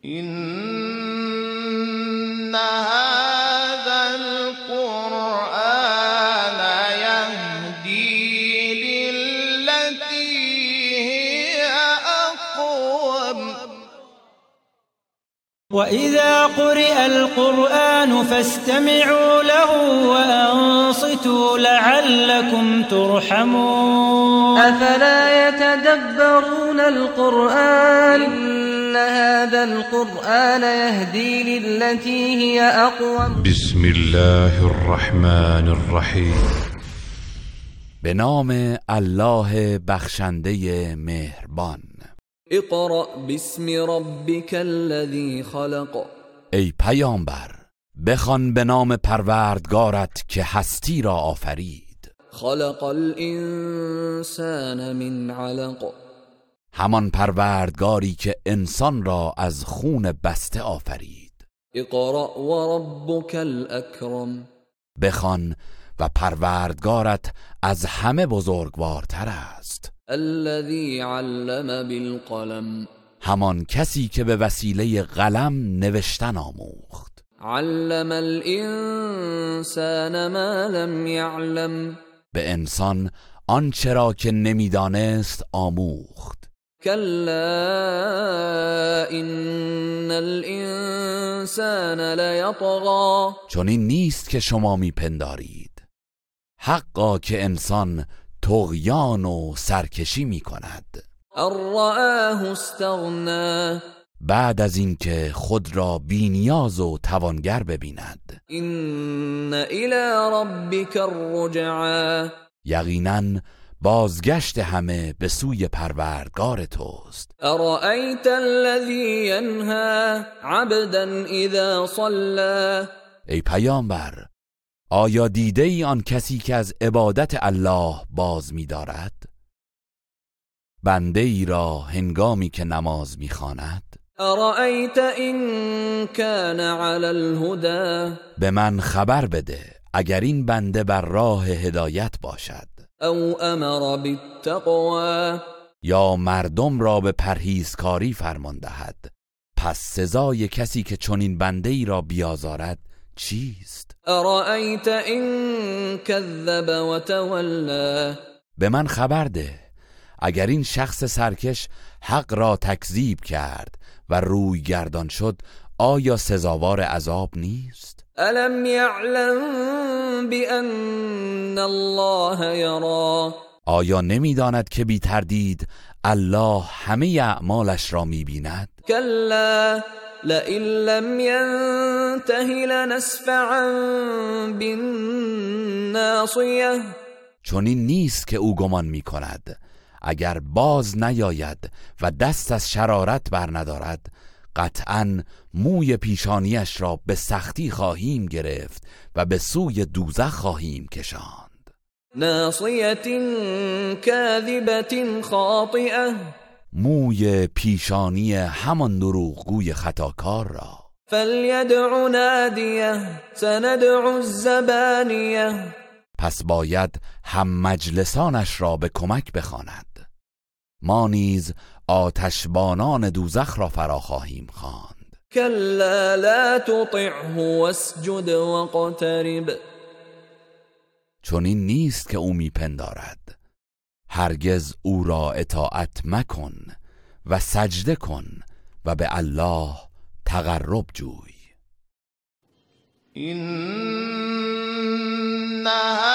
إن هذا القرآن يهدي للتي هي أقوم وإذا قرئ القرآن فاستمعوا له وأنصتوا لعلكم ترحمون أفلا يتدبرون القرآن إن هذا القرآن يهدي للتي هي أقوم بسم الله الرحمن الرحیم. به نام الله بخشنده مهربان. اقرأ باسم ربك الذي خلق. ای پیامبر بخوان به نام پروردگارت که هستی را آفرید. خلق الانسان من علق. همان پروردگاری که انسان را از خون بسته آفرید. اقرأ وربك الاکرم. بخوان و پروردگارت از همه بزرگوارتر است. الذي علم بالقلم. همان کسی که به وسیله قلم نوشتن آموخت. علم الانسان ما لم يعلم. به انسان آنچه را که نمیدانست آموخت. كلا إن الانسان لیطغی. چون این نیست که شما میپندارید، حقا که انسان طغیان و سرکشی میکند. ان رآه استغنی. بعد از اینکه خود را بی‌نیاز و توانگر ببیند. ان الی ربک الرجعی. یقینا بازگشت همه به سوی پروردگار توست. ارأیت الذی ینهی عبدا اذا صلی. ای پیامبر آیا دیده ای آن کسی که از عبادت الله باز می دارد؟ بنده ای را هنگامی که نماز می خواند. ارأیت این کان علی الهدی. به من خبر بده اگر این بنده بر راه هدایت باشد. او امر بالتقوی. یا مردم را به پرهیزکاری فرمان دهد. پس سزای کسی که چنین بنده ای را بیازارد چیست؟ ارأیت این کذب و تولی. به من خبر ده اگر این شخص سرکش حق را تکذیب کرد و روی گردان شد آیا سزاوار عذاب نیست؟ الم یعلم بأن الله یرا. آیا نمیداند که بی تردید الله همه اعمالش را میبیند؟ کلا لئن لم ینته لنسفعا بالناصیه. چون این نیست که او گمان میکند اگر باز نیاید و دست از شرارت بر ندارد قطعاً موی پیشانیش را به سختی خواهیم گرفت و به سوی دوزخ خواهیم کشاند. ناصیه کاذبه خاطئه. موی پیشانی همان دروغگوی خطاکار را. فلیدع نادیه سندع الزبانیه. پس باید هم مجلسانش را به کمک بخواند. ما نیز آتشبانان دوزخ را فرا خواهیم خواند. کلا لا تطعه واسجد واقترب. چون این نیست که او میپندارد هرگز او را اطاعت مکن و سجده کن و به الله تقرب جوی. إن